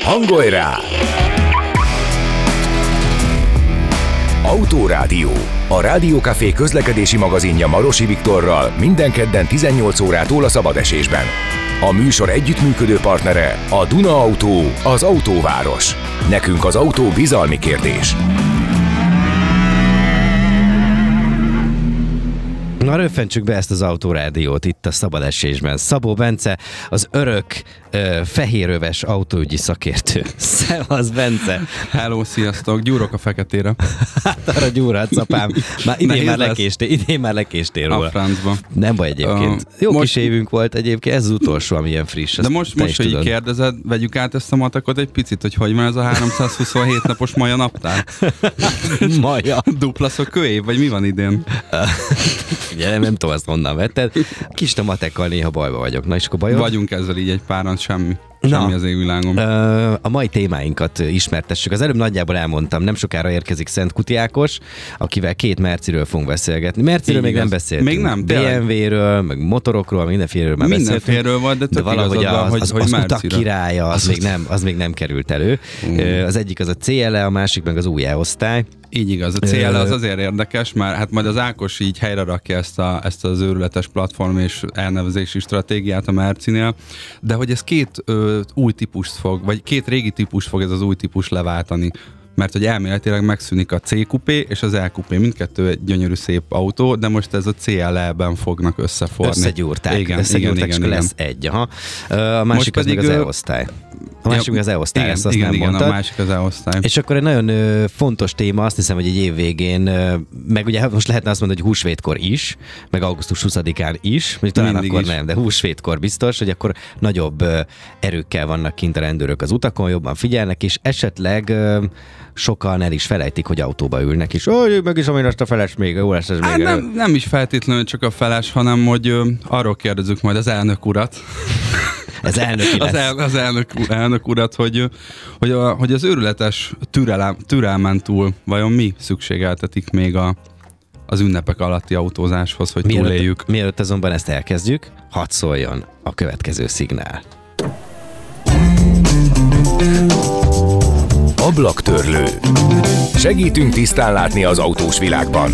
Hangolj rá! Autórádió, a Rádiókafé közlekedési magazinja Marosi Viktorral minden kedden 18 órától a szabadesésben. A műsor együttműködő partnere a Duna Autó, az autóváros. Nekünk az autó bizalmi kérdés. Na, röffentsük be ezt az autórádiót itt a szabadesésben. Szabó Bence, az örök fehéröves autóügyi szakértő. Szevasz, Bence! Hello, sziasztok! Gyúrok a feketére. Hát arra gyúrhatsz, apám. Idén már lekéstél róla. A francba. Nem baj egyébként. Jó kis évünk volt egyébként, ez az utolsó, amilyen friss. De most hogy így kérdezed, vegyük át ezt a matekot egy picit, hogy van ez a 327 napos maja naptár? Maja? Dupla szökőév, vagy mi van idén? Ugye, nem tudom, azt honnan vetted. Kis matekkal néha bajba vagyok. Na, és akkor bajod? Vagyunk ezzel így egy páran, semmi az égvilágon. A mai témáinkat ismertessük. Az előbb nagyjából elmondtam, nem sokára érkezik Szent Kuti Ákos, akivel 2 Merciről fogunk beszélgetni. Merciről még nem beszéltünk. Még nem, BMW-ről, meg motorokról, mindenféleről már beszéltünk. Mindenféleről volt, de valahogy az utak királya, az még nem került elő. Az egyik az a CLE, a másik meg az új E-osztály. Így igaz, a CLE az azért érdekes, mert hát majd az Ákos így helyre rakja ezt az őrületes platform és elnevezési stratégiát a Mercinél, de hogy ez 2 új típust fog, vagy 2 régi típust fog ez az új típus leváltani. Mert hogy elméletileg megszűnik a C-kupé és az E-kupé, mindkettő egy gyönyörű szép autó, de most ez a CLE-ben fognak összeforni. Összegyúrták, és lesz egy. Aha. A másik pedig az E-osztály. A másik az E-osztály, ezt azt nem mondtad. A másik az E-osztály. És akkor egy nagyon fontos téma, azt hiszem, hogy egy év végén, meg ugye most lehetne azt mondani, hogy húsvétkor is, meg augusztus 20-án is, vagy talán mindig akkor is. Nem, de húsvétkor biztos, hogy akkor nagyobb erőkkel vannak kint a rendőrök az utakon, jobban figyelnek, és esetleg sokan el is felejtik, hogy autóba ülnek, és meg is azt a feles még, jó lesz ez még. Nem is feltétlenül csak a feles, hanem hogy arról kérdezzük majd az elnök urat. Ez elnöki lesz. Az elnök urat, hogy az őrületes türelmen túl vajon mi szükségeltetik még az ünnepek alatti autózáshoz, hogy túléljük. Mielőtt azonban ezt elkezdjük, hadd szóljon a következő szignál. Ablaktörlő. Segítünk tisztán látni az autós világban.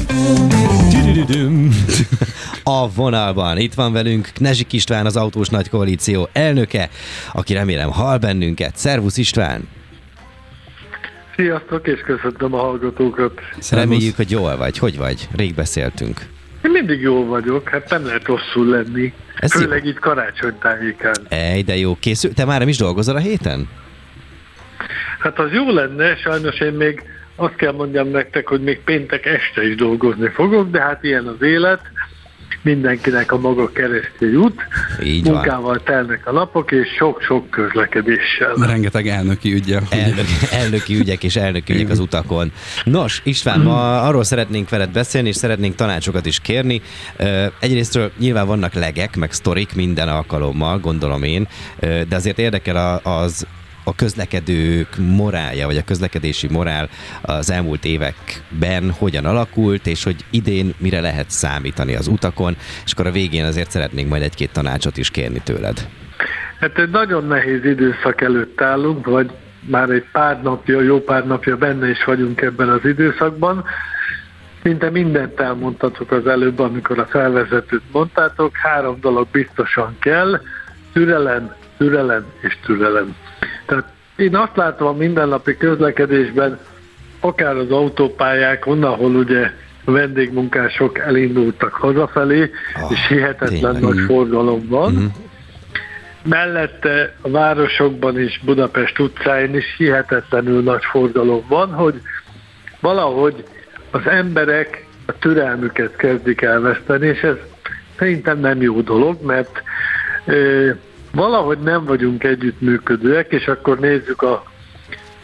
A vonalban itt van velünk Knezsik István, az Autós Nagy Koalíció elnöke, aki remélem hall bennünket. Szervusz István! Sziasztok, és köszöntöm a hallgatókat! Reméljük, hogy jól vagy. Hogy vagy? Rég beszéltünk. Én mindig jól vagyok, hát nem lehet rosszul lenni. Ez főleg itt karácsony tájékán. De jó, készül. Te már nem is dolgozol a héten? Hát az jó lenne, sajnos én még azt kell mondjam nektek, hogy még péntek este is dolgozni fogok, de hát ilyen az élet, mindenkinek a maga keresztje jut, így munkával van. telnek a napok, és sok-sok közlekedéssel. Rengeteg elnöki ügyel. Elnöki ügyek és elnöki ügyek az utakon. Nos, István, ma arról szeretnénk veled beszélni, és szeretnénk tanácsokat is kérni. Egyrésztről nyilván vannak legek, meg sztorik minden alkalommal, gondolom én, de azért érdekel a közlekedők morálja, vagy a közlekedési morál az elmúlt években hogyan alakult, és hogy idén mire lehet számítani az utakon, és akkor a végén azért szeretnénk majd 1-2 tanácsot is kérni tőled. Hát egy nagyon nehéz időszak előtt állunk, vagy már egy jó pár napja benne is vagyunk ebben az időszakban. Szinte mindent elmondtatok az előbb, amikor a felvezetőt mondtátok. 3 dolog biztosan kell: türelem, türelem és türelem. Tehát én azt látom a mindennapi közlekedésben, akár az autópályákon, ahol ugye a vendégmunkások elindultak hazafelé, és hihetetlen nagy forgalom van. Mellette a városokban is, Budapest utcáin is hihetetlenül nagy forgalom van, hogy valahogy az emberek a türelmüket kezdik elveszteni, és ez szerintem nem jó dolog, mert valahogy nem vagyunk együttműködőek, és akkor nézzük a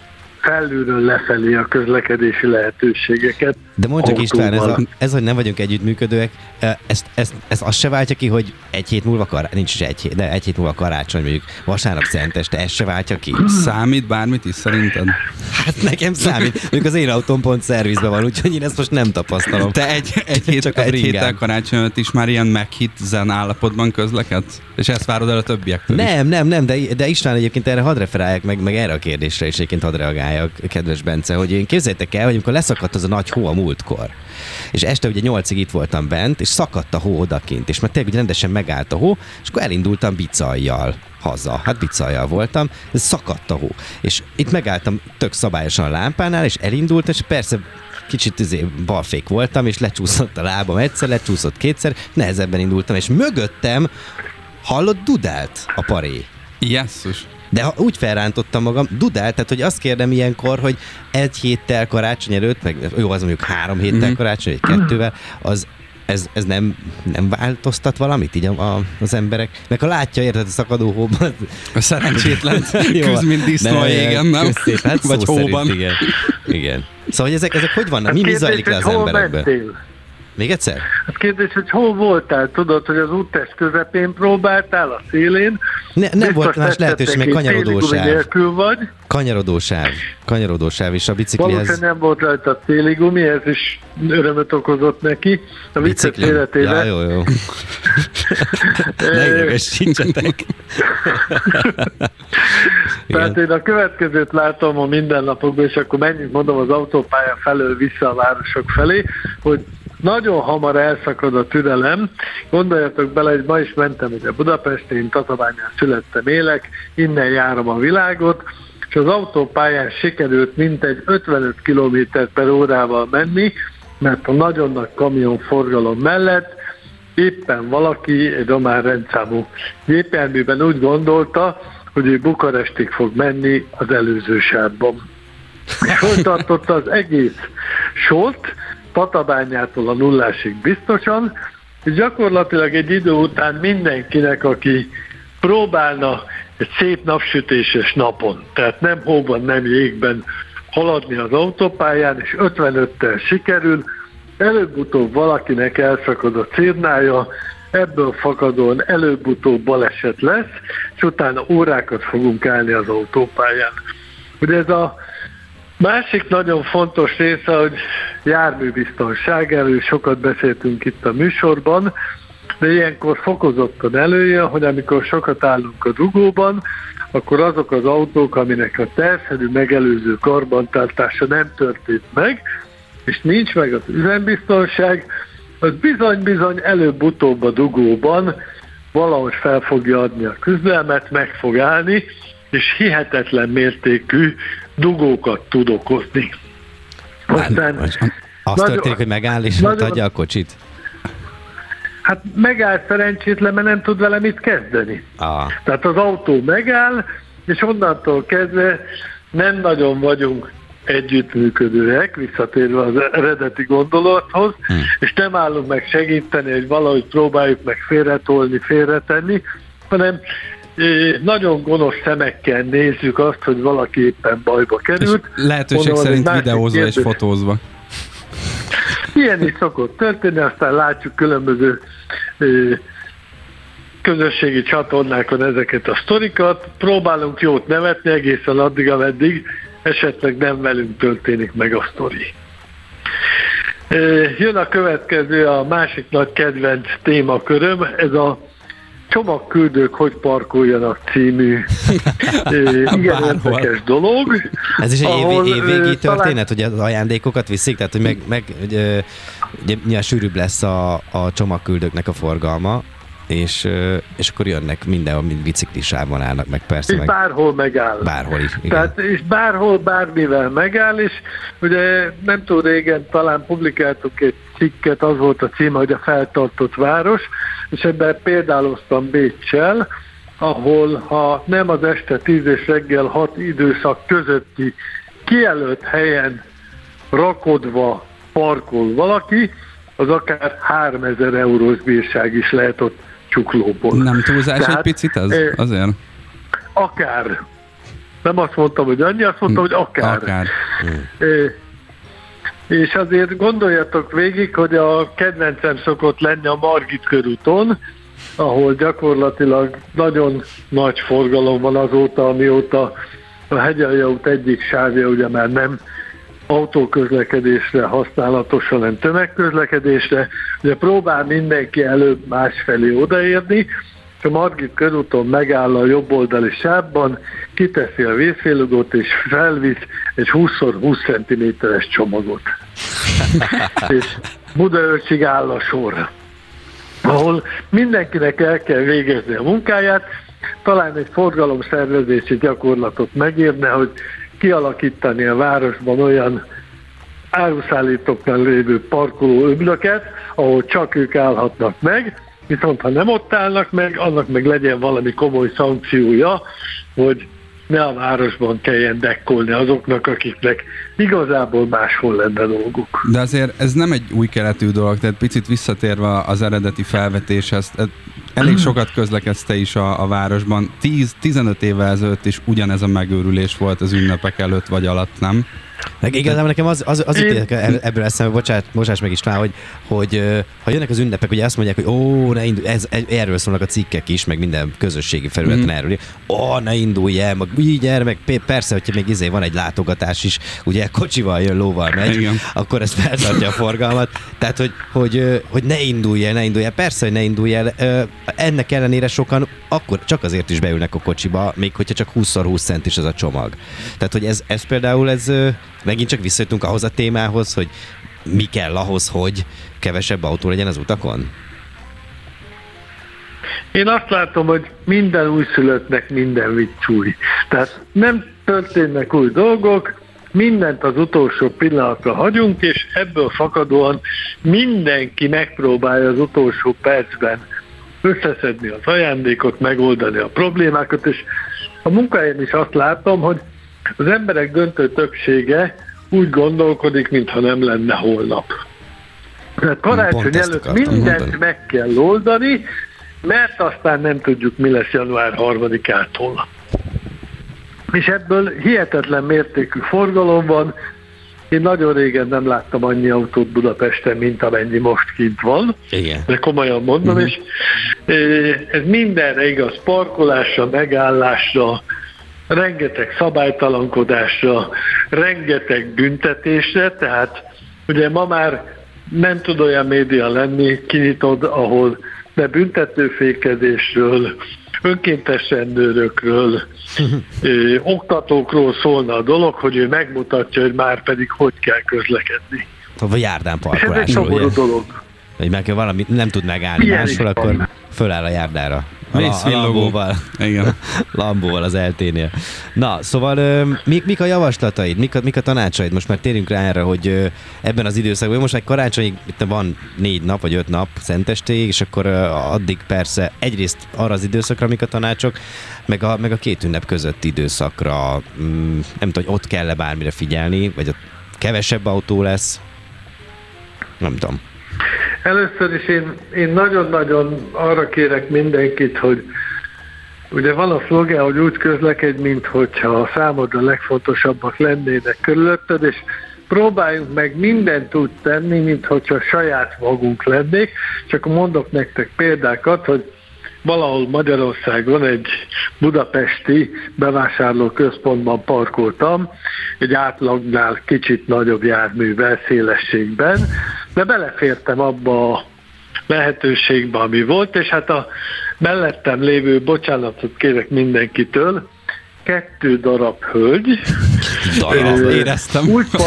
felülről lefelé a közlekedési lehetőségeket. De mondjuk autóval. István, ez, hogy nem vagyunk együttműködőek, ez azt se váltja ki, hogy egy hét múlva nincs is egy hét, de egy hét múlva karácsony, mondjuk vasárnap szenteste, ez se váltja ki? Számít bármit is szerinted? Hát nekem számít. Mondjuk az én autóm pont szervizben van, úgyhogy én ezt most nem tapasztalom. Te egy héttel karácsony előtt is már ilyen meghitt zen állapotban közlekedsz? És ezt várod el a többiektől is? Nem, de István egyébként erre hadd referáljak meg erre a kérdésre is egyébként hadd reagáljak, kedves Bence, hogy én képzeljétek el, hogy amikor leszakadt az a nagy hó a múltkor, és este ugye 8-ig itt voltam bent, és szakadt a hó odakint, és már tényleg rendesen megállt a hó, és akkor elindultam bicajjal haza. Hát bicajjal voltam, ez szakadt a hó. És itt megálltam tök szabályosan a lámpánál, és elindultam, és persze kicsit balfék voltam, és lecsúszott a lábam egyszer, lecsúszott kétszer, nehezebben indultam, és mögöttem hallott, dudált a paré. Jesszus. De úgy felrántottam magam, dudált, tehát hogy azt kérdem ilyenkor, hogy egy héttel karácsony előtt, meg jó, az mondjuk 3 héttel karácsony, vagy 2-vel, ez nem változtat valamit így az emberek? Meg ha látja, érted, a szakadó hóban... A szerencsétlen küzd, mint disznó a jégen, nem? Közszép, hát vagy hóban. Szerint, igen. Szóval, hogy ezek hogy vannak? Mi zajlik le az emberekben? Még egyszer? Hát kérdés, hogy hol voltál? Tudod, hogy az úttest közepén próbáltál, a szélén? Nem volt más lehetőség, meg kanyarodósáv. Vagy. Kanyarodósáv is a biciklihez. Valószínűleg nem volt rajta téligumi, ez is örömöt okozott neki. A viccet félretéve. Ja, jó. Ne idegesítsetek. Tehát én a következőt látom a mindennapokban, és akkor menjünk, mondom, az autópálya felől vissza a városok felé, hogy nagyon hamar elszakad a türelem. Gondoljatok bele, hogy ma is mentem ugye Budapesten, Tatabányán születtem, élek, innen járom a világot, és az autópályán sikerült mintegy 55 km/h menni, mert a nagyon nagy kamionforgalom mellett éppen valaki egy román rendszámú gépjárműben úgy gondolta, hogy ő Bukarestig fog menni az előző sávban. És folytatta az egész sort, Tatabányától a nullásig biztosan, és gyakorlatilag egy idő után mindenkinek, aki próbálna egy szép napsütéses napon, tehát nem hóban, nem jégben haladni az autópályán, és 55-tel sikerül, előbb-utóbb valakinek elszakad a cirnája, ebből fakadóan előbb-utóbb baleset lesz, és utána órákat fogunk állni az autópályán. Ugye ez a másik nagyon fontos része, hogy járműbiztonság, erről sokat beszéltünk itt a műsorban, de ilyenkor fokozottan előjön, hogy amikor sokat állunk a dugóban, akkor azok az autók, aminek a tervszerű megelőző karbantartása nem történt meg, és nincs meg az üzembiztonság, az bizony-bizony előbb-utóbb a dugóban valahogy fel fogja adni a küzdelmet, meg fog állni, és hihetetlen mértékű dugókat tud okozni. Aztán az történik, hogy megáll és adja a kocsit? Hát megáll szerencsétlen, mert nem tud vele mit kezdeni. Tehát az autó megáll, és onnantól kezdve nem nagyon vagyunk együttműködőek, visszatérve az eredeti gondolathoz, és nem állunk meg segíteni, hogy valahogy próbáljuk meg félretolni, félretenni, hanem nagyon gonosz szemekkel nézzük azt, hogy valaki éppen bajba került. És lehetőség szerint videózva és fotózva. Ilyen is szokott történni, aztán látjuk különböző közösségi csatornákon ezeket a sztorikat, próbálunk jót nevetni egészen addig, ameddig esetleg nem velünk történik meg a sztori. Jön a következő, a másik nagy kedvenc témaköröm, ez a csomagküldők hogy parkoljanak című igen érdekes dolog. Ez is egy évvégi történet, hogy az ajándékokat viszik, tehát hogy ugye sűrűbb lesz a csomagküldőknek a forgalma, és akkor jönnek mindenhol, mint biciklisában állnak meg, persze. És bárhol megáll. Bárhol is, igen. Tehát, és bárhol, bármivel megáll, és ugye nem túl régen talán publikáltuk egy cikket, az volt a címe, hogy a feltartott város, és ebben példáloztam Béccsel, ahol ha nem az este 10 és reggel 6 időszak közötti kijelölt helyen rakodva parkol valaki, az akár 3000 eurós bírság is lehet ott csuklóból. Nem túlzás egy picit ez? Azért? Akár. Nem azt mondtam, hogy annyi, azt mondtam, hogy akár. És azért gondoljatok végig, hogy a kedvencem szokott lenni a Margit körúton, ahol gyakorlatilag nagyon nagy forgalom van azóta, amióta a Hegyalja út egyik sávja ugye már nem autóközlekedésre használatos, hanem tömegközlekedésre. Ugye próbál mindenki előbb másfelé odaérni, és a Margit körúton megáll a jobboldali sávban, kiteszi a vészfélugót és felvisz egy 20x20 cm-es csomagot. És Budaörsig áll a sor, ahol mindenkinek el kell végezni a munkáját, talán egy forgalomszervezési gyakorlatot megérne, hogy kialakítani a városban olyan áruszállítóknál lévő parkoló öblöket, ahol csak ők állhatnak meg, viszont ha nem ott állnak meg, annak meg legyen valami komoly szankciója, hogy ne a városban kelljen dekkolni azoknak, akiknek igazából máshol lenne dolguk. De azért ez nem egy új keletű dolog, tehát picit visszatérve az eredeti felvetéshez, elég sokat közlekedsz te is a városban. 10-15 évvel ezelőtt is ugyanez a megőrülés volt az ünnepek előtt vagy alatt, nem? Meg igazából nekem az itt ebből eszembe, bocsáss meg István, hogy ha jönnek az ünnepek, ugye azt mondják, hogy ne indulj, erről szólnak a cikkek is, meg minden közösségi felületen erről, ne indulj el, meg így gyere, meg persze, hogyha még van egy látogatás is, ugye kocsival jön, lóval megy, igen, akkor ez feltartja a forgalmat, tehát hogy ne indulj el, persze, hogy ne indulj el, ennek ellenére sokan akkor csak azért is beülnek a kocsiba, még hogyha csak 20x20 centis az a csomag. Tehát, hogy ez például megint csak visszajutunk ahhoz a témához, hogy mi kell ahhoz, hogy kevesebb autó legyen az utakon? Én azt látom, hogy minden újszülöttnek minden vicc új. Tehát nem történnek új dolgok, mindent az utolsó pillanatra hagyunk, és ebből fakadóan mindenki megpróbálja az utolsó percben összeszedni az ajándékot, megoldani a problémákat, és a munkahelyen is azt látom, hogy az emberek döntő többsége úgy gondolkodik, mintha nem lenne holnap. Tehát karácsony előtt mindent meg kell oldani, mert aztán nem tudjuk, mi lesz január 3-ától. És ebből hihetetlen mértékű forgalom van. Én nagyon régen nem láttam annyi autót Budapesten, mint amennyi most kint van. Igen. De komolyan mondom, és ez mindenre igaz, parkolásra, megállásra, rengeteg szabálytalankodásra, rengeteg büntetésre, tehát ugye ma már nem tud olyan média lenni, kinyitod, ahol ne büntetőfékezésről, önkéntes rendőrökről, oktatókról szólna a dolog, hogy ő megmutatja, hogy már pedig hogy kell közlekedni. Vagy járdán parkolásról. Ez egy szomorú dolog. Hogy meg valami nem tud megállni máshol, akkor föláll a járdára. A Lambóval. Igen. Lambóval az LT-nél. Na, szóval mik a javaslataid, mik a tanácsaid? Most már térjünk rá erre, hogy ebben az időszakban, most már karácsonyig van 4 nap vagy 5 nap szentestéig, és akkor addig persze egyrészt arra az időszakra, mik a tanácsok, meg a két ünnep közötti időszakra, nem tudom, hogy ott kell-e bármire figyelni, vagy ott kevesebb autó lesz, nem tudom. Először is én nagyon-nagyon arra kérek mindenkit, hogy ugye van a szlogán, hogy úgy közlekedj, minthogyha a számodra legfontosabbak lennének körülötted, és próbáljunk meg mindent úgy tenni, minthogyha saját magunk lennék. Csak mondok nektek példákat, hogy valahol Magyarországon egy budapesti bevásárlóközpontban parkoltam, egy átlagnál kicsit nagyobb járművel, szélességben, de belefértem abba a lehetőségbe, ami volt, és hát a mellettem lévő, bocsánatot kérek mindenkitől, 2 darab hölgy, éreztem.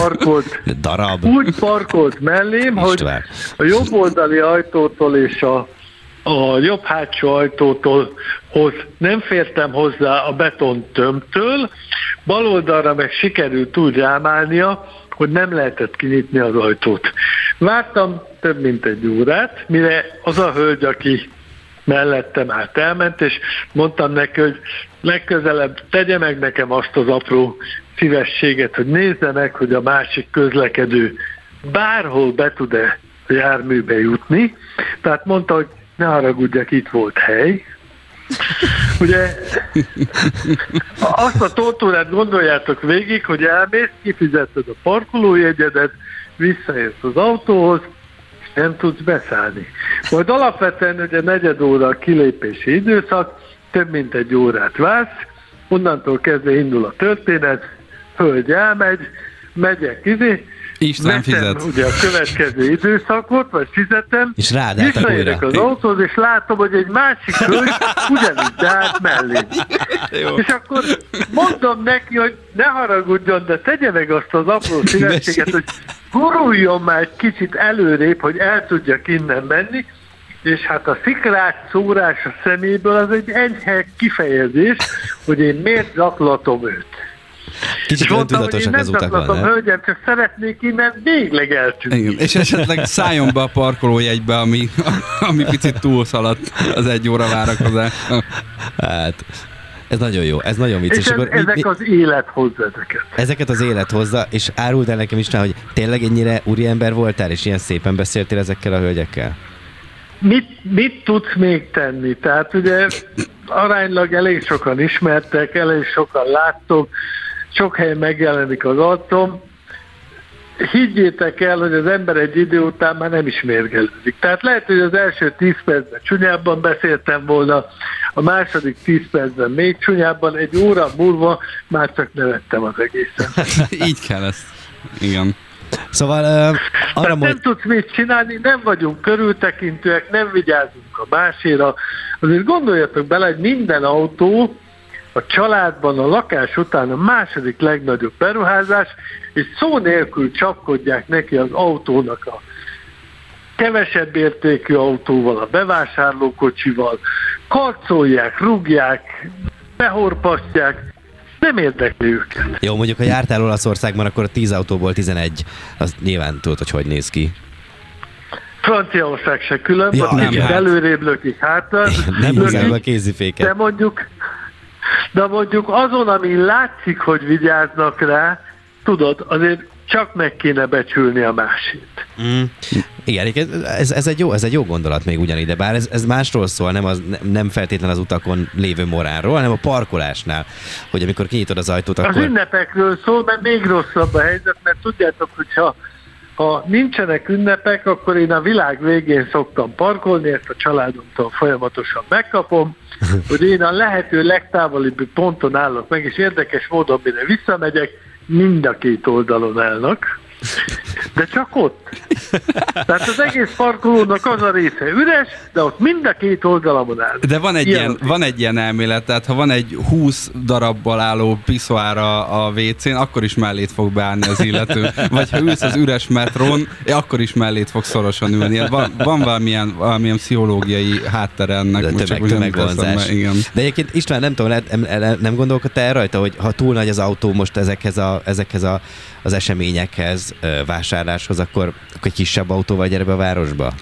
Úgy parkolt mellém, István, hogy a jobb oldali ajtótól és a jobb hátsó ajtótól nem fértem hozzá a betontömbtől, bal oldalra meg sikerült úgy rámálnia, hogy nem lehetett kinyitni az ajtót. Vártam több mint 1 órát, mire az a hölgy, aki mellettem állt, elment, és mondtam neki, hogy legközelebb tegye meg nekem azt az apró szívességet, hogy nézze meg, hogy a másik közlekedő bárhol be tud-e a járműbe jutni. Tehát mondta, hogy ne haragudjak, itt volt hely. Ugye azt a tortúrát gondoljátok végig, hogy elmész, kifizetted a parkolójegyedet, visszaérsz az autóhoz, és nem tudsz beszállni. Majd alapvetően ugye 4 óra a kilépési időszak, több mint 1 órát vársz, onnantól kezdve indul a történet, hölgy elmegy, megyek István fizet. Ugye a következő időszakot, vagy fizetem, és ráadálltak visszaérek újra. az autóhoz, és látom, hogy egy másik hölgy ugyanígy beállt mellé. És akkor mondom neki, hogy ne haragudjon, de tegye meg azt az apró szívességet, hogy guruljon már egy kicsit előrébb, hogy el tudjak innen menni, és hát a szikrák szórás a szeméből az egy enyhe kifejezés, hogy én miért zaklatom őt. Kicsit öntudatosak az utakon, nem? nem? Hölgyem, csak szeretnék innen végleg eltűnni. Igen. És esetleg szálljon be a parkolójegybe, ami picit túlszaladt az 1 óra várakozás. Hát, ez nagyon jó, ez nagyon vicces. És ezek az élet hozza ezeket. Ezeket az élet hozza, és áruld el nekem István, hogy tényleg ennyire úriember voltál, és ilyen szépen beszéltél ezekkel a hölgyekkel? Mit tudsz még tenni? Tehát ugye aránylag elég sokan ismertek, elég sokan láttok, sok helyen megjelenik az arcom. Higgyétek el, hogy az ember egy idő után már nem is mérgelődik. Tehát lehet, hogy az első 10 percben csúnyábban beszéltem volna, a második 10 percben még csúnyábban, 1 óra múlva már csak nevettem az egészen. Így kell ezt. Igen. Szóval arra nem tudsz mit csinálni, nem vagyunk körültekintőek, nem vigyázunk a máséra. Azért gondoljatok bele, hogy minden autó a családban a lakás után a második legnagyobb beruházás, és szó nélkül csapkodják neki az autónak a kevesebb értékű autóval, a bevásárlókocsival, karcolják, rúgják, behorpasztják, nem érdekli őket. Jó, mondjuk, ha jártál Olaszországban, akkor a 10 autóból 11, az nyilván tudod, hogy néz ki. Franciaország se külön, Ja, kicsit hát. előrébb lökik hátra. Nem húzzák be a kéziféket. De mondjuk azon, ami látszik, hogy vigyáznak rá, tudod, azért csak meg kéne becsülni a másét. Igen, ez egy jó gondolat még ugyanide, bár ez másról szól, nem feltétlenül az utakon lévő morálról, hanem a parkolásnál, hogy amikor kinyitod az ajtót, akkor... Az ünnepekről szól, mert még rosszabb a helyzet, mert tudjátok, hogyha nincsenek ünnepek, akkor én a világ végén szoktam parkolni, ezt a családomtól folyamatosan megkapom, hogy én a lehető legtávolibbi ponton állok meg, és érdekes módon, mire visszamegyek, mind a két oldalon állnak, de csak ott. Tehát az egész parkolónak az a része üres, de ott mind a két oldalamon áll. De van egy ilyen elmélet, tehát ha van egy 20 darabból álló piszoára a WC-n, akkor is mellét fog beállni az illető. Vagy ha ülsz az üres metrón, akkor is mellét fog szorosan ülni. Van valamilyen pszichológiai háttere ennek. Tömegvonzás. De egyébként István, nem tudom, nem gondolkodtál el rajta, hogy ha túl nagy az autó most ezekhez az eseményekhez, vásárláshoz, akkor egy kisebb autóval gyere be a városba?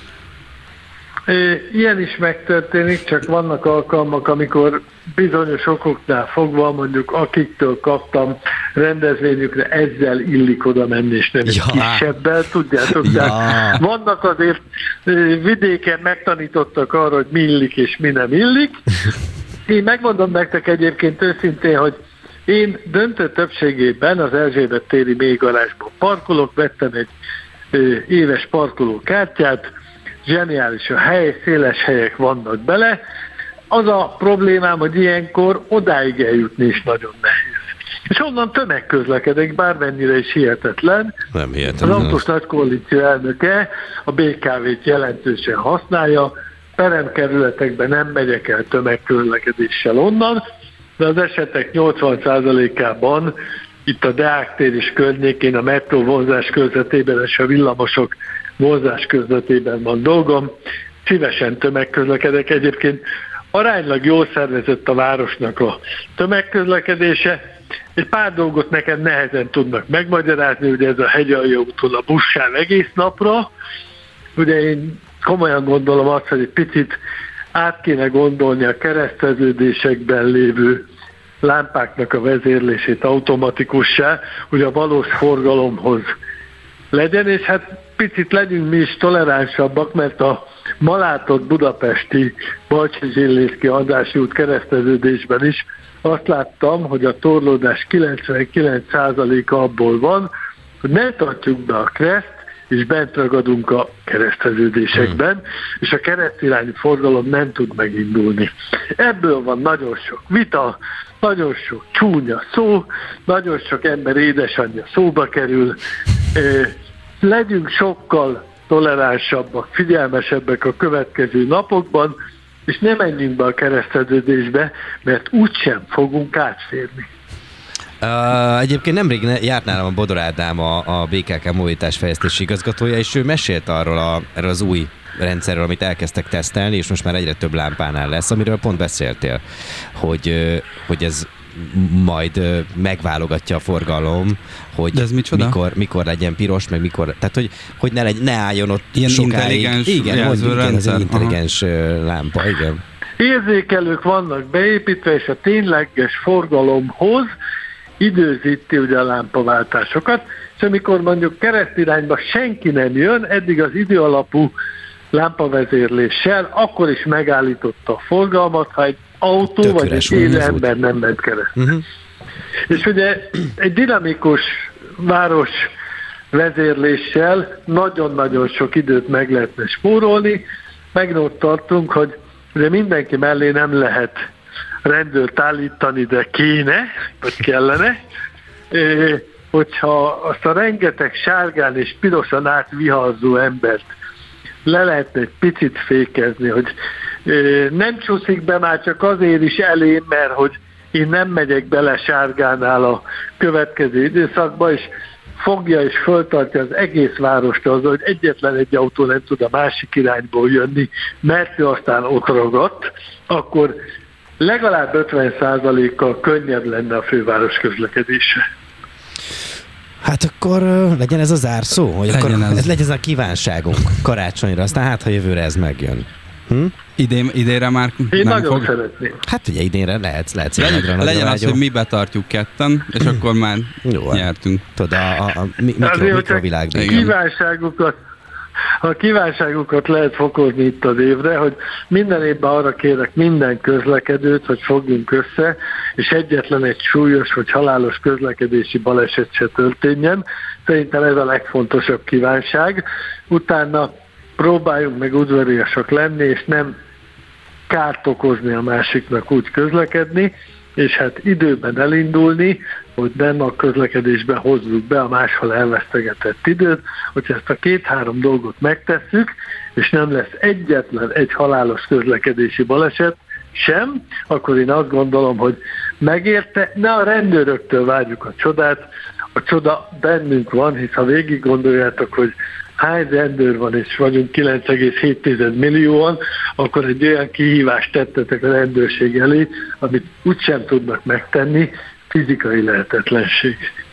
Ilyen is megtörténik, csak vannak alkalmak, amikor bizonyos okoknál fogva, mondjuk akiktől kaptam rendezvényükre, ezzel illik oda menni, és nem egy kisebbel, tudjátok? Vannak azért vidéken megtanítottak arra, hogy mi illik és mi nem illik. Én megmondom nektek egyébként őszintén, hogy én döntő többségében az Erzsébet téri mélygarázsban parkolok, vettem egy éves parkolókártyát, zseniális a hely, széles helyek vannak bele. Az a problémám, hogy ilyenkor odáig eljutni is nagyon nehéz. És onnan tömegközlekedek, bármennyire is hihetetlen. Nem hihetetlen. Az autós nagykoalíció elnöke a BKV-t jelentősen használja, peremkerületekben nem megyek el tömegközlekedéssel onnan, de az esetek 80%-ában itt a Deák tér és környékén, a metró vonzás közvetében és a villamosok vonzás közvetében van dolgom. Szívesen tömegközlekedek. Egyébként aránylag jól szervezett a városnak a tömegközlekedése. Egy pár dolgot nekem nehezen tudnak megmagyarázni, ugye ez a Hegyalja úton a buszsáv egész napra. Ugye én komolyan gondolom azt, hogy egy picit át kéne gondolni a kereszteződésekben lévő lámpáknak a vezérlését automatikussá, hogy a valós forgalomhoz legyen, és hát picit legyünk mi is toleránsabbak, mert a ma látott budapesti Balcsy-Zsillészky Andrássy út kereszteződésben is azt láttam, hogy a torlódás 99%-a abból van, hogy ne tartjuk be a kereszt, és bent ragadunk a kereszteződésekben, és a keresztirányú forgalom nem tud megindulni. Ebből van nagyon sok vita, nagyon sok csúnya szó, nagyon sok ember édesanyja szóba kerül. Legyünk sokkal toleránsabbak, figyelmesebbek a következő napokban, és ne menjünk be a kereszteződésbe, mert úgysem fogunk átférni. Egyébként nemrég járt nálam a Bodor Ádám, a BKK mobilitásfejlesztési igazgatója, és ő mesélt erről az új rendszerről, amit elkezdtek tesztelni, és most már egyre több lámpánál lesz, amiről pont beszéltél, hogy ez majd megválogatja a forgalom, hogy mikor legyen piros, meg mikor, tehát hogy ne álljon ott ilyen sokáig. Igen, ez egy intelligens lámpa, igen. Érzékelők vannak beépítve, és a tényleges forgalomhoz időzíti ugye a lámpaváltásokat, és amikor mondjuk keresztirányba senki nem jön, eddig az időalapú lámpavezérléssel, akkor is megállította a forgalmat, ha egy autó tök vagy egy élő ember nem ment keresztül. És ugye egy dinamikus város vezérléssel nagyon-nagyon sok időt meg lehetne spórolni, meg ott tartunk, hogy ugye mindenki mellé nem lehet rendőrt állítani, de kéne, vagy kellene, hogyha azt a rengeteg sárgán és pirosan átviharzó embert le lehetne egy picit fékezni, hogy nem csúszik be már csak azért is elém, mert hogy én nem megyek bele sárgánál a következő időszakba, és fogja és föltartja az egész várost azzal, hogy egyetlen egy autó nem tud a másik irányból jönni, mert ő aztán ott ragadt, akkor legalább 50%-kal könnyebb lenne a főváros közlekedése. Hát akkor legyen ez a zárszó, hogy akkor ez legyen ez a kívánságunk karácsonyra, aztán hát, ha jövőre ez megjön. Idénre már én nem nagyon szeretném. Hát ugye idénre lehetsz legyen az, hogy mi betartjuk ketten, és akkor már nyertünk. Tudod, a mikrovilágban. A kívánságukat lehet fokozni itt az évre, hogy minden évben arra kérek minden közlekedőt, hogy fogjunk össze, és egyetlen egy súlyos vagy halálos közlekedési baleset se történjen. Szerintem ez a legfontosabb kívánság. Utána próbáljunk meg udvariasak lenni, és nem kárt okozni a másiknak úgy közlekedni, és hát időben elindulni, hogy nem a közlekedésben hozzuk be a máshol elvesztegetett időt, hogyha ezt a 2-3 dolgot megtesszük, és nem lesz egyetlen egy halálos közlekedési baleset sem, akkor én azt gondolom, hogy megérte, ne a rendőröktől várjuk a csodát, a csoda bennünk van, hisz ha végig gondoljátok, hogy hány rendőr van, és vagyunk 9,7 millióan, akkor egy olyan kihívást tettetek a rendőrség elé, amit úgysem tudnak megtenni, fizikai lehetetlenség.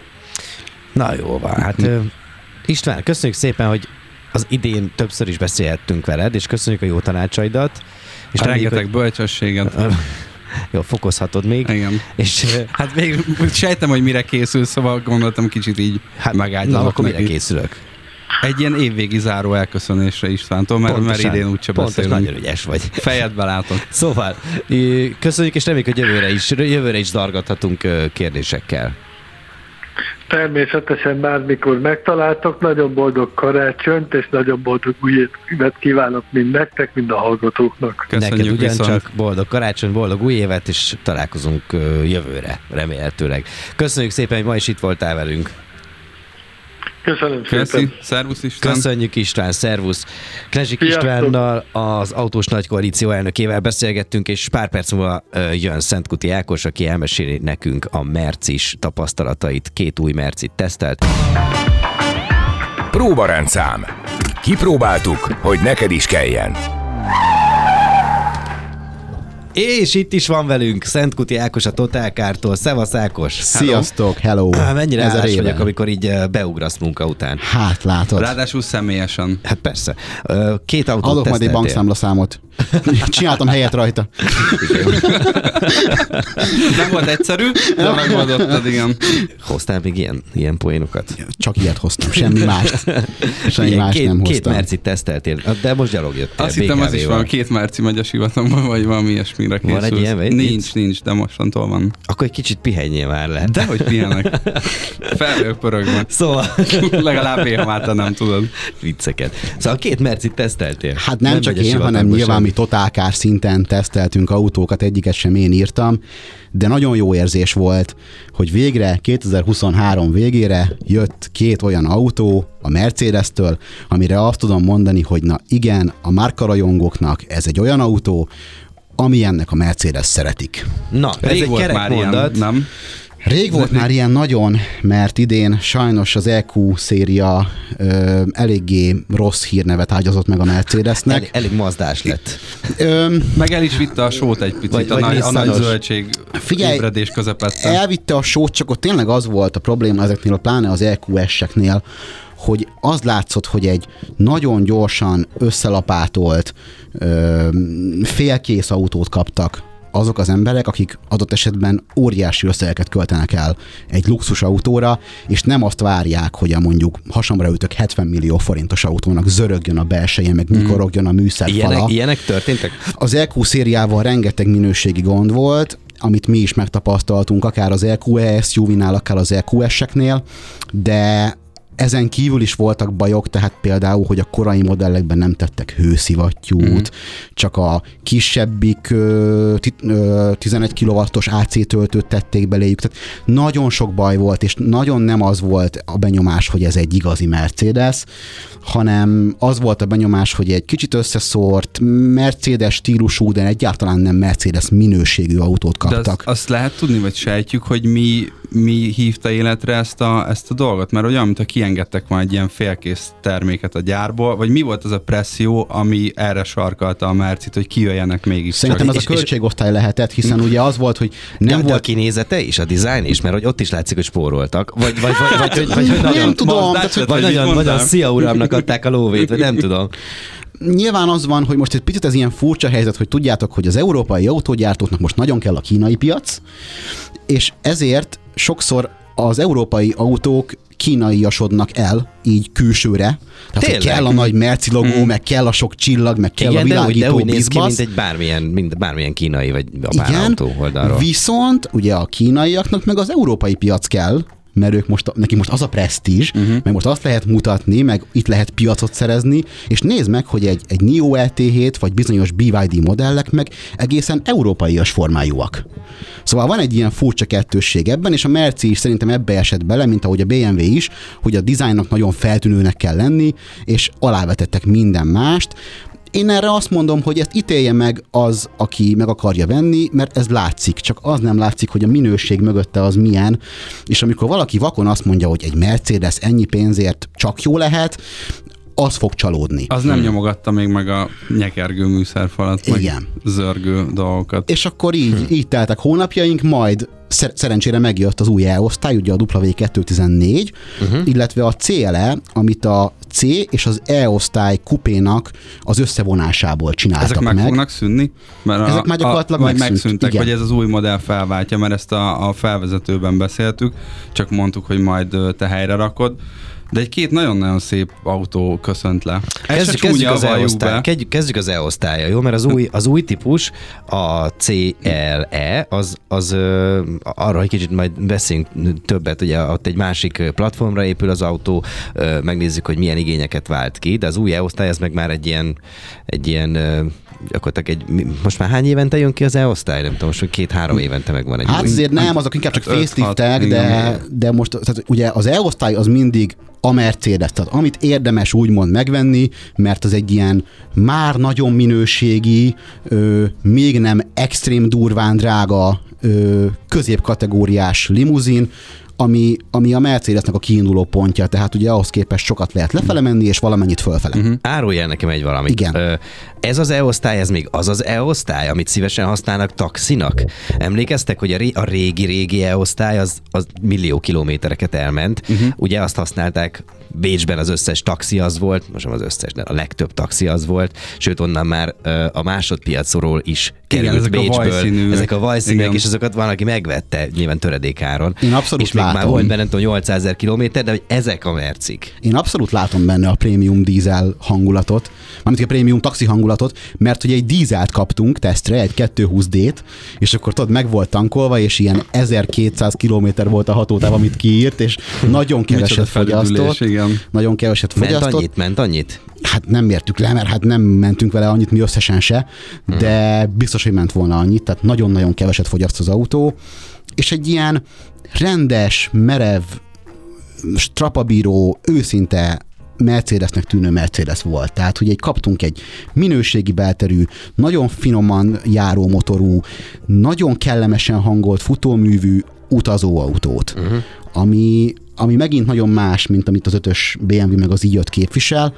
Na jó van, hát István, köszönjük szépen, hogy az idén többször is beszélhettünk veled, és köszönjük a jó tanácsaidat. És rengeteg bölcsességet. Jó, fokozhatod még. Igen. És, hát még sejtem, hogy mire készülsz, szóval gondoltam kicsit így megágyazok. Na, akkor mire készülök? Egy ilyen évvégi záró elköszönésre Istvántól, mert idén úgyse beszélünk. Nagyon ügyes vagy. Fejedbe látok. Szóval, köszönjük, és reméljük, hogy jövőre is zargathatunk kérdésekkel. Természetesen bármikor megtaláltok. Nagyon boldog karácsonyt, és nagyon boldog új évet kívánok mind nektek, mind a hallgatóknak. Köszönjük. Neked ugyancsak boldog karácsony, boldog új évet, és találkozunk jövőre, remélhetőleg. Köszönjük szépen, hogy ma is itt voltál velünk. Köszönöm szépen. Szervusz István. Köszönjük István, szervusz. Knezsik Istvánnal, az Autós Nagykoalíció elnökével beszélgettünk, és pár perc múlva jön Szentkuti Ákos, aki elmeséli nekünk a Mercis tapasztalatait. 2 új Mercit tesztelt. Próbarendszám. Kipróbáltuk, hogy neked is kelljen. És itt is van velünk Szentkuti Ákos a Totál Kártól. Szevasz Ákos! Sziasztok, hello! Mennyire állás vagyok, amikor így beugrasz munka után. Hát látod. Ráadásul személyesen. Hát persze. 2 autót adok majd egy bankszámlaszámot. Csináltam helyet rajta. Nem volt egyszerű, de megoldottad, igen. Hoztál még ilyen poénokat? Csak ilyet hoztam, semmi mást. Semmi mást nem hoztam. 2 mercit teszteltél, de most gyalog jöttél. Azt hittem, az is van, 2 merci megy a sivatagban, vagy valami ilyesmire készülsz. Van egy ilyen, vagy? Nincs, de mostantól van. Akkor egy kicsit pihenjél már le. Dehogy pihenek. Felvők pörögnek. Szóval... Legalább én, ha nem tudod. Vicceket. Szóval 2 mercit teszteltél. Hát nem csak én, hanem nyilván mi totálkár szinten teszteltünk autókat, egyiket sem én írtam, de nagyon jó érzés volt, hogy végre 2023 végére jött 2 olyan autó a Mercedes-től, amire azt tudom mondani, hogy na igen, a márkarajongóknak ez egy olyan autó, amilyennek a Mercedes szeretik. Na, ez egy kerek mondat. Nem? Rég volt már ilyen nagyon, mert idén sajnos az EQ széria eléggé rossz hírnevet ágyazott meg a Mercedesnek. Elég mazdás lett. Meg el is vitte a sót egy picit, a nagy zöldség ébredés közepette. Elvitte a sót, csak ott tényleg az volt a probléma ezeknél, pláne az EQS-eknél, hogy az látszott, hogy egy nagyon gyorsan összelapátolt, félkész autót kaptak azok az emberek, akik adott esetben óriási összegeket költenek el egy luxus autóra, és nem azt várják, hogy a mondjuk hasamra ütök 70 millió forintos autónak zörögjön a belseje, meg nyikorogjon a műszerfala. Ilyenek történtek? Az EQ szériával rengeteg minőségi gond volt, amit mi is megtapasztaltunk, akár az EQ SUV-nál, akár az EQS-eknél, de ezen kívül is voltak bajok, tehát például, hogy a korai modellekben nem tettek hőszivattyút, csak a kisebbik 11 kW-os AC töltőt tették beléjük. Tehát nagyon sok baj volt, és nagyon nem az volt a benyomás, hogy ez egy igazi Mercedes, hanem az volt a benyomás, hogy egy kicsit összeszórt, Mercedes stílusú, de egyáltalán nem Mercedes minőségű autót kaptak. De azt lehet tudni, vagy sejtjük, hogy mi hívta életre ezt a dolgot? Mert olyan, mintha kiengedtek majd egy ilyen félkész terméket a gyárból, vagy mi volt az a presszió, ami erre sarkalta a Mercit, hogy kijöjjenek mégis? Szerintem ez a költségosztály lehetett, hiszen ugye az volt, hogy nem volt... a kinézete is, a dizájn is, mert hogy ott is látszik, hogy spóroltak. Vagy nem tudom. Nagyon szia uramnak adták a lóvét, vagy nem tudom. Nyilván az van, hogy most egy picit ez ilyen furcsa helyzet, hogy tudjátok, hogy az európai autógyártóknak most nagyon kell a kínai piac, és ezért sokszor az európai autók kínaiasodnak el, így külsőre. Tehát hogy kell a nagy merci logó, meg kell a sok csillag, meg kell a világító bizbasz. Néz ki, mint egy bármilyen kínai, vagy a pár autó oldalról. Viszont ugye a kínaiaknak meg az európai piac kell, mert nekik most az a presztízs, meg most azt lehet mutatni, meg itt lehet piacot szerezni, és nézd meg, hogy egy NIO LT7 vagy bizonyos BYD modellek meg egészen európaias formájúak. Szóval van egy ilyen furcsa kettősség ebben, és a Merci is szerintem ebbe esett bele, mint ahogy a BMW is, hogy a dizájnnak nagyon feltűnőnek kell lenni, és alávetettek minden mást. Én erre azt mondom, hogy ezt ítélje meg az, aki meg akarja venni, mert ez látszik, csak az nem látszik, hogy a minőség mögötte az milyen, és amikor valaki vakon azt mondja, hogy egy Mercedes ennyi pénzért csak jó lehet, az fog csalódni. Az nem nyomogatta még meg a nyekergő műszerfalat, meg zörgő dolgokat. És akkor így teltek hónapjaink, majd szerencsére megjött az új E-osztály, ugye a W214, illetve a CLE, amit a C és az E-osztály kupénak az összevonásából csináltak ezek meg. Fognak szűnni? Mert ezek már gyakorlatilag megszűntek, igen. vagy ez az új modell felváltja, mert ezt a felvezetőben beszéltük, csak mondtuk, hogy majd te helyre rakod. De egy nagyon-nagyon szép autó köszönt le. Kezdjük az E-osztálya, jó? Mert az új típus, a CLE, az arra egy kicsit majd beszélünk többet, ugye ott egy másik platformra épül az autó, megnézzük, hogy milyen igényeket vált ki, de az új E-osztály az meg már egy ilyen most már hány évente jön ki az E-osztály? Nem tudom, most 2-3 évente megvan egy új. Azért nem, azok inkább csak faceliftek, de most tehát ugye az E-osztály az mindig a Mercedes, tehát amit érdemes úgymond megvenni, mert az egy ilyen már nagyon minőségi, még nem extrém durván drága középkategóriás limuzin, ami a Mercedesnek a kiinduló pontja, tehát ugye ahhoz képest sokat lehet lefele menni, és valamennyit fölfele. Árulj el nekem egy valamit. Igen. Ez az E-osztály, ez még az E-osztály, amit szívesen használnak taxinak? Emlékeztek, hogy a régi E-osztály az millió kilométereket elment. Ugye azt használták, Bécsben az összes taxi az volt, most nem az összes, de a legtöbb taxi az volt, sőt onnan már a másodpiacról is került Bécsből. Ezek a vajszínűek, és azokat van, aki megvette nyilván töredékáron. Én abszolút és még látom. már volt benne, nem tudom, 800 000 kilométer, de hogy ezek a mercik. Én abszolút látom benne a prémium dízel hangulatot, mármint a prémium taxi hangulatot, mert ugye egy dízelt kaptunk tesztre, egy 220D-t, és akkor tudod, meg volt tankolva, és ilyen 1200 kilométer volt a hatótáv, amit kiírt, és nagyon keveset fogyasztott. Nagyon keveset fogyasztott. Ment annyit? Hát nem mértük le, mert hát nem mentünk vele annyit mi összesen se, de biztos, hogy ment volna annyit, tehát nagyon-nagyon keveset fogyaszt az autó, és egy ilyen rendes, merev, strapabíró, őszinte Mercedesnek tűnő Mercedes volt. Tehát, hogy kaptunk egy minőségi belterű, nagyon finoman járó motorú, nagyon kellemesen hangolt futóművű utazóautót, ami megint nagyon más, mint amit az 5-ös BMW meg az i5 képvisel,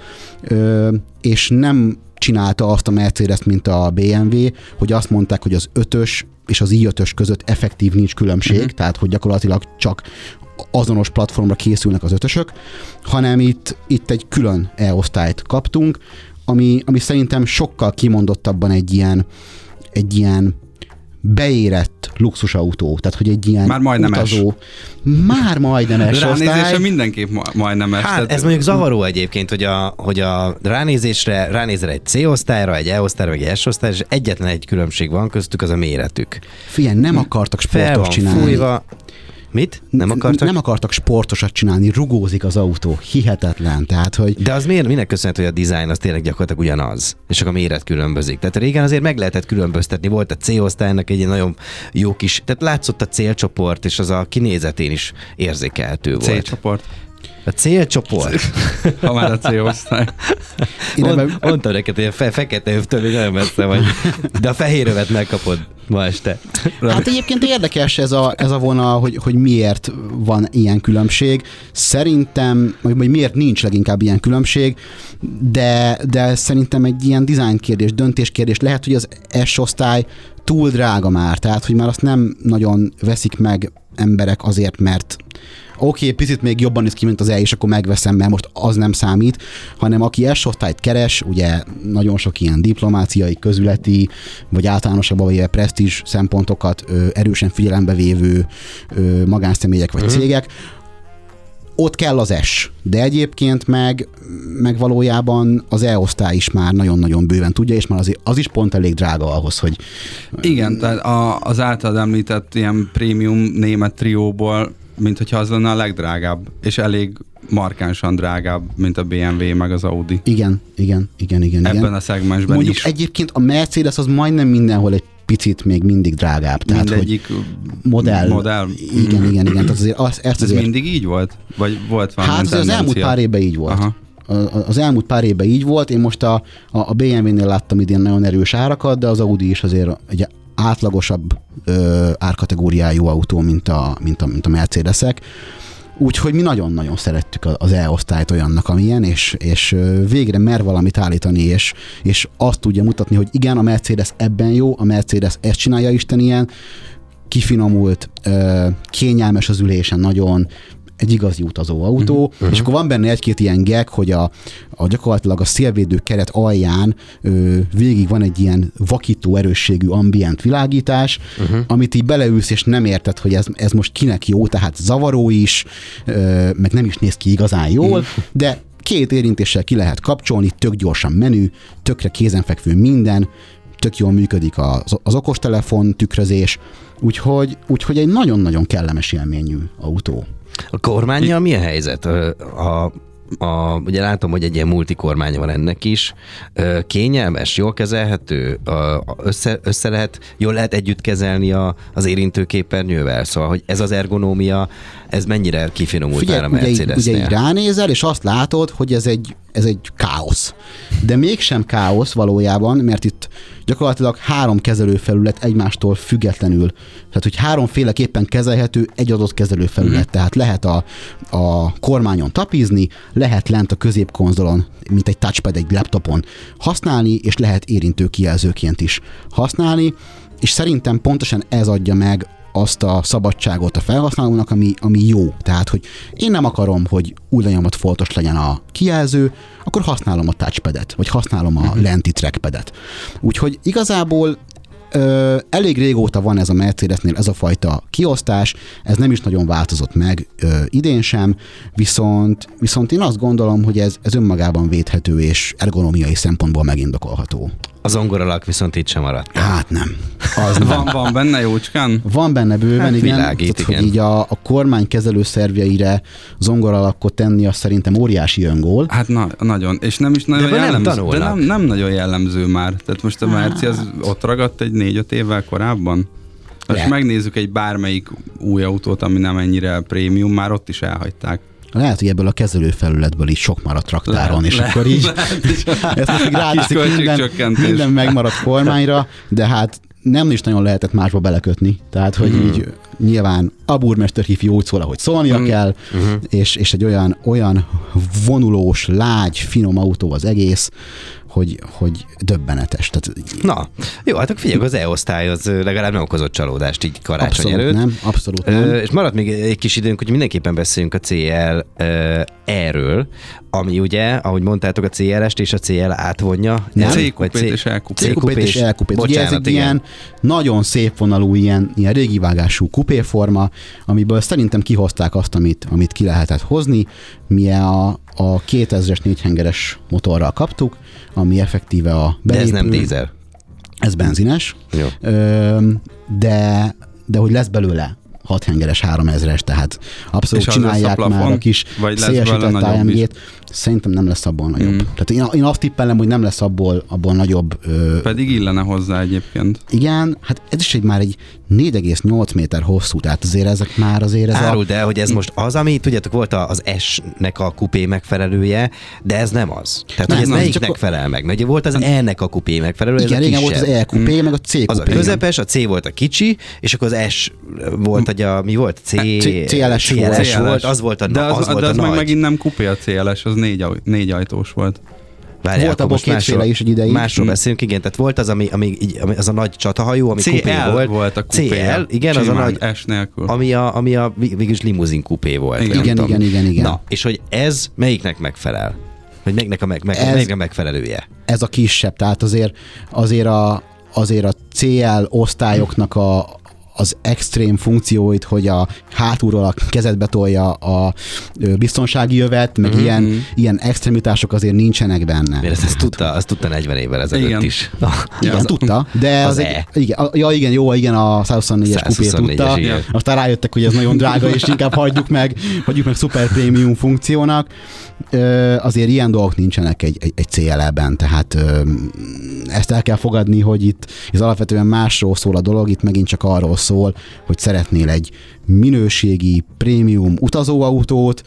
és nem csinálta azt a Mercedes, mint a BMW, hogy azt mondták, hogy az 5-ös és az i5-ös között effektív nincs különbség, tehát hogy gyakorlatilag csak azonos platformra készülnek az 5-ösök, hanem itt egy külön E-osztályt kaptunk, ami szerintem sokkal kimondottabban egy ilyen beérett luxusautó, tehát hogy egy ilyen már majdnem utazó, már majdnem ránézésre mindenképp majdnem Hát tehát ez mondjuk zavaró egyébként, hogy a ránézel egy C-osztályra, egy E-osztályra, vagy egy S-osztályra, és egyetlen egy különbség van köztük, az a méretük. Figyelj, nem akartak sportos csinálni. Fújva. Mit? Nem akartak? Nem akartak sportosat csinálni, rugózik az autó. Hihetetlen. Tehát, hogy... De az minek köszönhető, hogy a design az tényleg gyakorlatilag ugyanaz, és csak a méret különbözik. Tehát régen azért meg lehetett különböztetni, volt a C-osztálynak egy nagyon jó kis, tehát látszott a célcsoport, és az a kinézetén is érzékelhető volt. Célcsoport. A célcsoport. Ha már a C-osztály. Mondtam neked, hogy a fekete övtől még nagyon messze vagy, de a fehér övet megkapod ma este. Hát egyébként érdekes ez a vonal, hogy miért van ilyen különbség. Szerintem, vagy miért nincs leginkább ilyen különbség, de szerintem egy ilyen design kérdés, döntés kérdés. Lehet, hogy az S-osztály túl drága már, tehát hogy már azt nem nagyon veszik meg emberek azért, mert oké, picit még jobban néz ki, mint az E, és akkor megveszem, mert most az nem számít, hanem aki S-osztályt keres, ugye nagyon sok ilyen diplomáciai, közületi, vagy általánosabban vagy presztízs szempontokat erősen figyelembe vévő magánszemélyek vagy cégek, ott kell az S, de egyébként meg valójában az E-osztály is már nagyon-nagyon bőven tudja, és már az is pont elég drága ahhoz, hogy... Igen, tehát az általad említett ilyen prémium német trióból, mint hogyha az lenne a legdrágább, és elég markánsan drágább, mint a BMW meg az Audi. Igen. Ebben a szegmensben mondjuk is. Egyébként a Mercedes az majdnem mindenhol egy picit még mindig drágább. Tehát, mindegyik hogy modell. Igen. Tehát azért Ez mindig így volt? Vagy volt valami hát az elmúlt pár évben így volt. Aha. Az elmúlt pár évben így volt. Én most a BMW-nél láttam idén nagyon erős árakat, de az Audi is azért egy átlagosabb árkategóriájú autó, mint a Mercedesek. Úgyhogy mi nagyon-nagyon szerettük az E-osztályt olyannak, amilyen, és végre mer valamit állítani, és azt tudja mutatni, hogy igen, a Mercedes ebben jó, a Mercedes ezt csinálja Isten ilyen, kifinomult, kényelmes az ülésen nagyon, egy igazi utazó autó, és akkor van benne egy-két ilyen gag, hogy gyakorlatilag a szélvédő keret alján végig van egy ilyen vakító erősségű ambient világítás, amit így beleülsz, és nem érted, hogy ez most kinek jó, tehát zavaró is, meg nem is néz ki igazán jól, de 2 érintéssel ki lehet kapcsolni, tök gyorsan menü, tökre kézenfekvő minden, tök jól működik az okostelefon tükrözés, úgyhogy egy nagyon-nagyon kellemes élményű autó. A kormánnyal mi a helyzet? Ugye látom, hogy egy ilyen multikormánya van ennek is. Kényelmes, jól kezelhető, jól lehet együtt kezelni az érintőképernyővel, szóval, hogy ez az ergonómia, ez mennyire kifinomult már a Mercedesnél? Ugye így ránézel, és azt látod, hogy ez ez egy káosz. De mégsem káosz valójában, mert itt gyakorlatilag 3 kezelőfelület egymástól függetlenül, tehát hogy 3-féleképpen kezelhető egy adott kezelőfelület, tehát lehet a kormányon tapizni, lehet lent a középkonzolon, mint egy touchpad egy laptopon használni, és lehet érintő kijelzőként is használni, és szerintem pontosan ez adja meg azt a szabadságot a felhasználónak, ami jó. Tehát, hogy én nem akarom, hogy új lenyomat foltos legyen a kijelző, akkor használom a touchpadet, vagy használom a lenti trackpadet. Úgyhogy igazából elég régóta van ez a Mercedesnél ez a fajta kiosztás, ez nem is nagyon változott meg idén sem, viszont én azt gondolom, hogy ez önmagában védhető és ergonómiai szempontból megindokolható. A zongoralak viszont itt sem maradt. Hát nem. Az nem. Van benne jócskán? Van benne bőven, hát igen. Világít, tehát, igen. hogy így a kormány kezelőszervjeire zongoralakot tenni, az szerintem óriási öngól. Hát nagyon. És nem is nagyon jellemző. De nem nagyon jellemző már. Tehát most a Merci az ott ragadt egy 4-5 évvel korábban. Most megnézzük egy bármelyik új autót, ami nem ennyire prémium, már ott is elhagyták. Lehet, hogy ebből a kezelőfelületből is sok maradt raktáron, és akkor így ezt most így ráteszik, minden megmaradt kormányra, de hát nem is nagyon lehetett másba belekötni. Tehát, hogy így nyilván a burmester hívja úgy szól, ahogy szólnia kell, és egy olyan vonulós, lágy, finom autó az egész, hogy döbbenetes. Tehát... Na, jó, hát akkor figyelj, az E-osztály az legalább nem okozott csalódást így karácsony előtt. Abszolút nem. És maradt még egy kis időnk, hogy mindenképpen beszéljünk a CL-ről, ami ugye, ahogy mondtátok, a CLS-t és a CL átvonja. C-kupét és L-kupét. C-kupét és L-kupét. Ugye ez egy ilyen nagyon szép vonalú, ilyen régi vágású kupéforma, amiből szerintem kihozták azt, amit ki lehetett hozni. Mi a 2000-es 4-hengeres motorral kaptuk, ami effektíve a belépő. De ez nem dízel. Ez benzines. Jó. De hogy lesz belőle 6-hengeres 3000-es, tehát abszolút és csinálják már a kis szélesített AMG-t. Szerintem nem lesz abból nagyobb. Tehát én azt tippelem, hogy nem lesz abból nagyobb. Pedig illene hozzá egyébként. Igen, hát ez is már egy 4,8 méter hosszú, tehát azért ezek már azért ez Áruld el, hogy ez most az, ami, tudjátok, volt az S-nek a kupé megfelelője, de ez nem az. Tehát, hogy ez melyiknek felel meg? Ugye volt az E-nek a kupé megfelelője, igen, igen, volt az E kupé, meg a C kupé. Az a közepes, a C volt a kicsi, és akkor az S volt, mi volt? CLS volt, az volt a nagy. De az meg megint nem kupé a CLS, az 4 ajtós volt. Várjál, volt abból kétféle is egy ideig. Másról beszélünk, igen, tehát volt az, ami az a nagy csatahajó, ami kupé volt a kupé. CL, igen, az a nagy, S nélkül. Ami a végülis limuzin kupé volt. Igen. Na, és hogy ez melyiknek megfelel? Hogy melyiknek a megfelelője? Ez a kisebb, tehát azért a CL osztályoknak az extrém funkcióit, hogy a hátulról a kezedbe tolja a biztonsági jövet, meg ilyen extremitások azért nincsenek benne. Ezt tudta 40 évvel ezelőtt is. Igen, tudta, de igen, a 124-es kupé tudta. Igen. Aztán rájöttek, hogy ez nagyon drága, és inkább hagyjuk meg szuper prémium funkciónak. Azért ilyen dolgok nincsenek egy CL-ben, tehát ezt el kell fogadni, hogy itt ez alapvetően másról szól a dolog, itt megint csak arról szól, hogy szeretnél egy minőségi, prémium utazóautót,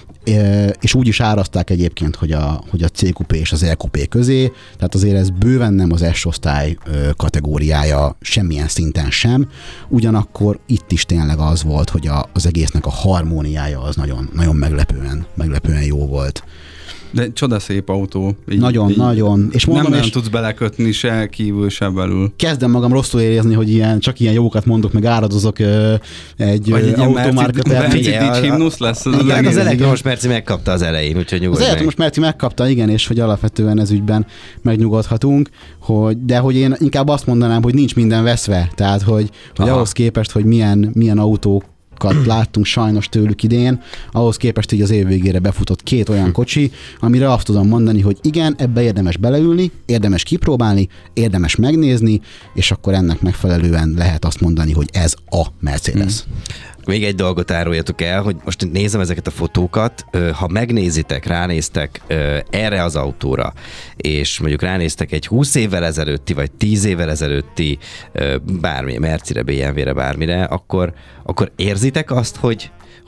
és úgy is árazták egyébként, hogy a C-kupé és az L-kupé közé, tehát azért ez bőven nem az S-osztály kategóriája semmilyen szinten sem, ugyanakkor itt is tényleg az volt, hogy az egésznek a harmóniája az nagyon, nagyon meglepően jó volt. De csodaszép autó. Nagyon. És mondom, nem tudsz belekötni se kívül, se belül. Kezdem magam rosszul érezni, hogy csak ilyen jókat mondok, meg áradozok egy automárka. Himnusz lesz. Az elektromos Merci megkapta az elején, úgyhogy nyugodj meg. Az elektromos Merci megkapta, igen, és hogy alapvetően ez ügyben megnyugodhatunk, de hogy én inkább azt mondanám, hogy nincs minden veszve. Tehát, hogy ahhoz képest, hogy milyen autók láttunk sajnos tőlük idén, ahhoz képest, hogy az év végére befutott 2 olyan kocsi, amire azt tudom mondani, hogy igen, ebbe érdemes beleülni, érdemes kipróbálni, érdemes megnézni, és akkor ennek megfelelően lehet azt mondani, hogy ez a Mercedes. Még egy dolgot áruljatok el, hogy most nézem ezeket a fotókat, ha megnézitek, ránéztek erre az autóra, és mondjuk ránéztek egy 20 évvel ezelőtti, vagy 10 évvel ezelőtti bármi, Mercire, BMW-re, bármire, akkor érzitek azt, hogy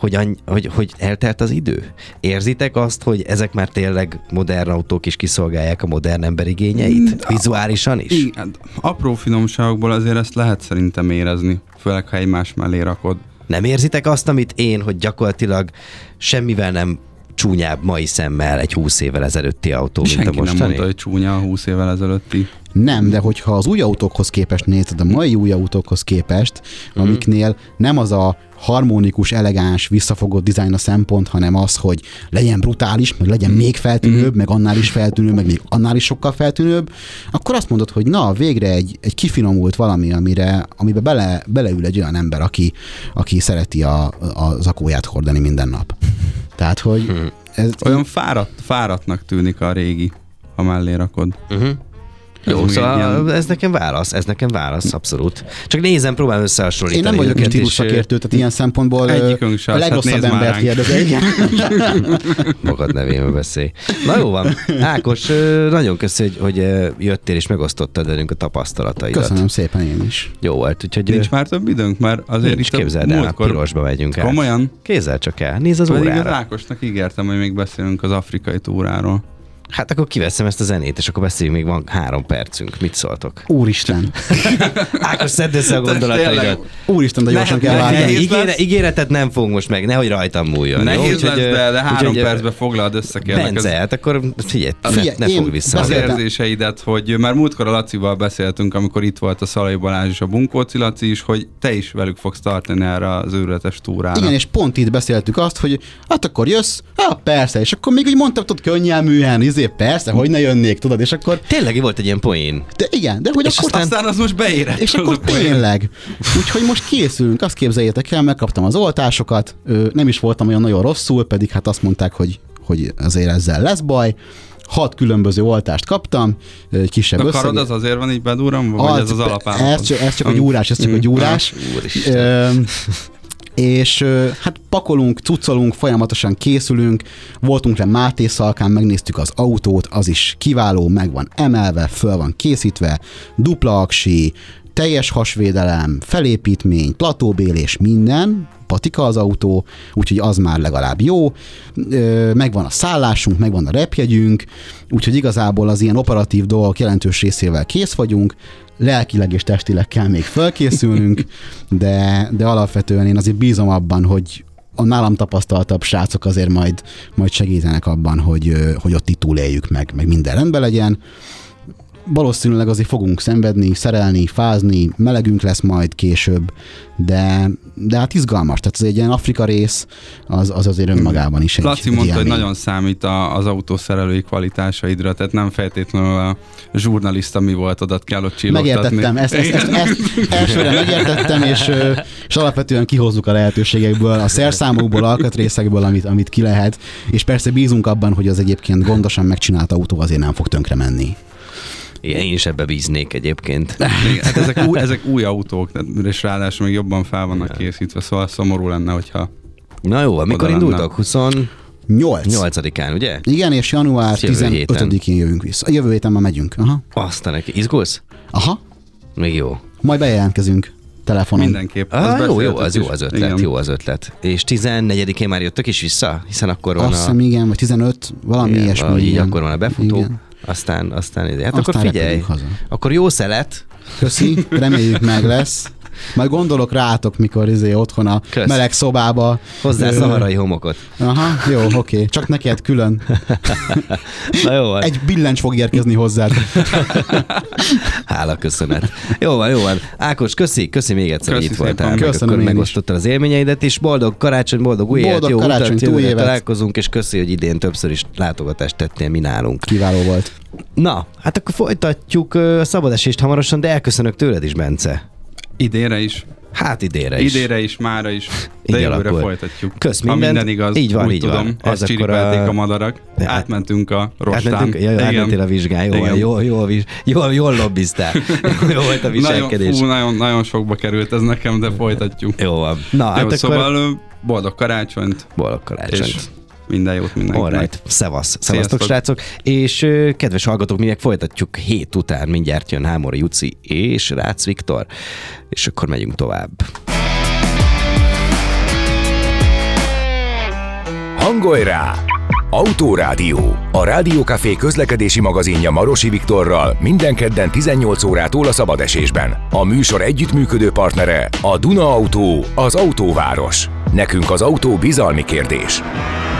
hogy eltelt az idő? Érzitek azt, hogy ezek már tényleg modern autók is kiszolgálják a modern ember igényeit? Vizuálisan is? Igen, apró finomságokból azért ezt lehet szerintem érezni, főleg ha egymás mellé rakod. Nem érzitek azt, amit én, hogy gyakorlatilag semmivel nem csúnyább mai szemmel egy 20 évvel ezelőtti autó, mint Senki a mostani? nem mondta, hogy csúnya a 20 évvel ezelőtti. Nem, de hogyha az új autókhoz képest nézed, a mai új autókhoz képest, amiknél nem az a harmonikus, elegáns, visszafogott dizájn a szempont, hanem az, hogy legyen brutális, meg legyen még feltűnőbb, meg annál is feltűnőbb, meg még annál is sokkal feltűnőbb, akkor azt mondod, hogy na, végre egy kifinomult valami, amibe beleül egy olyan ember, aki szereti a zakóját hordani minden nap. Tehát, hogy ez Olyan fáradtnak tűnik a régi, ha mellé rakod. Jó, még szóval ilyen- ez nekem válasz, abszolút. Csak nézem, próbálom összehasonlítani. én nem vagyok egy őket, stílusszakértő, tehát ilyen szempontból Egyikünk se, a hát legrosszabb nézd már embert ránk. kérdezem. Igen. Magad nevéről beszélj. Na jó van. Ákos, nagyon köszi, hogy jöttél és megosztottad velünk a tapasztalataidat. Köszönöm szépen én is. Jó volt, úgyhogy Nincs már több időnk, mert azért nincs, itt a képzeld el, a múltkor... pirosba megyünk át. Komolyan? Kézzel csak el, nézd az Pedig az órára. Ákosnak ígértem, hogy még beszélünk az afrikai túráról. Hát akkor kiveszem ezt a zenét, és akkor beszéljünk, még van 3 percünk. Mit szóltok? Úristen. Ákos, szedd össze a gondolataidat. Úristen, de gyorsan kell Nehéz váltani. lesz. Ígéretet nem fogunk most meg, nehogy rajtam múljon. Nehéz jó? lesz, de 3 úgyhogy, percben foglald össze, kérlek. Bence, hát akkor figyelj, Figyelj, ne én fogj vissza. Az beszéltem. érzéseidet, hogy már múltkor a Lacival beszéltünk, amikor itt volt a Szalai Balázs és a Bunkóci Laci is, hogy te is velük fogsz tartani erre az őrületes túrára. Igen, és pont itt beszéltük azt, hogy hát akkor jössz, persze, és akkor még úgy mondtam, tudod, könnyelműen, persze, hogy ne jönnék, tudod, és akkor, Tényleg volt egy ilyen poén. de igen, de hogy És akkor Aztán az most beérett. és akkor tényleg. Úgyhogy most készülünk, azt képzeljétek el, megkaptam az oltásokat, nem is voltam olyan nagyon rosszul, pedig hát azt mondták, hogy azért ezzel lesz baj. 6 különböző oltást kaptam, egy kisebb A összeg. karod az azért van így bedúranva, vagy ez az alapállapot? Ez csak a gyúrás, ez csak a gyúrás. Úristen. És hát pakolunk, cuccolunk, folyamatosan készülünk, voltunk le Máté Szalkán, megnéztük az autót, az is kiváló, meg van emelve, föl van készítve, dupla aksi, teljes hasvédelem, felépítmény, platóbélés, minden, patika az autó, úgyhogy az már legalább jó. Megvan a szállásunk, megvan a repjegyünk, úgyhogy igazából az ilyen operatív dolgok jelentős részével kész vagyunk, lelkileg és testileg kell még felkészülnünk, de alapvetően én azért bízom abban, hogy a nálam tapasztaltabb srácok azért majd segítenek abban, hogy ott itt túléljük meg minden rendben legyen. Valószínűleg azért fogunk szenvedni, szerelni, fázni, melegünk lesz majd később, de hát izgalmas. Tehát ez egy ilyen Afrika rész, az azért önmagában is egy Laci mondta, hogy élmény. nagyon számít az autószerelői kvalitásaidra, tehát nem feltétlenül a zsurnalista mi volt, odat kell ott csillogtatni. Megértettem, ezt elsőre megértettem, és alapvetően kihozzuk a lehetőségekből, a szerszámokból, alkatrészekből, amit ki lehet, és persze bízunk abban, hogy az egyébként gondosan megcsinált autó azért nem fog tönkre menni. Igen, én is ebbe bíznék egyébként. Igen, hát ezek új autók, és ráadásul még jobban fel vannak készítve, szóval szomorú lenne, hogyha... Na jó, mikor Oda indultok? 8. 28-án, ugye? Igen, és január Jövő héten. 15-én jövünk vissza. Jövő héten már megyünk. Aztán neki. Izgulsz? Aha. Még jó. Majd bejelentkezünk telefonon. Mindenképp. Jó, beszéltük az is. jó az ötlet, Igen. jó az ötlet. És 14-én már jöttök is vissza? Hiszen akkor van Azt hiszem, igen, vagy 15, valami igen, ilyesmi. valahogy így igen. akkor van a befutó, Igen. aztán hát Aztán akkor figyelj, repülünk haza. akkor jó szelet, Köszi, reméljük meg lesz. Majd gondolok rátok, mikor otthon a Kösz. meleg szobába. hozzá szaharai homokot. Aha, jó, oké. Csak neked külön. Na jó van, Egy billencs fog érkezni hozzád. hála köszönet. Jó van. Ákos, köszi még egyszer, hogy Köszi itt voltál. szépen. Meg Köszönöm akkor én is. megosztottad az élményeidet, és boldog karácsony, boldog új évet, Boldog jó karácsonyt, utat, új jövőre évet. találkozunk, és köszi, hogy idén többször is látogatást tettél mi nálunk. Kiváló volt. Na, hát akkor folytatjuk a szabadesést hamarosan, de elköszönök tőled is, Bence. Idénre is. Hát idénre is. Idénre is, mára is. De Így jövőre alakul. folytatjuk. Kösz Ha mindent. minden igaz, Így van, úgy így tudom, van. ezt Ez akkor csiripelték a- a madarak. Átmentünk a rostán. Átmentél a vizsgán, Igen. jól lobbiztál. Jó volt a viselkedés. Nagyon sokba került ez nekem, de folytatjuk. Jó van. Na, hát Jó, akkor szóval boldog karácsonyt, boldog és karácsonyt. minden jót mindenkinek. Alright, szevasztok Sziasztok. srácok, és kedves hallgatók, mi meg folytatjuk 7 után, mindjárt jön Hámori Juci és Rácz Viktor, és akkor megyünk tovább. Hangolj rá! Autórádió, a Rádiókafé közlekedési magazinja Marosi Viktorral minden kedden 18 órától a szabadesésben. A műsor együttműködő partnere a Duna Autó, az autóváros. Nekünk az autó bizalmi kérdés.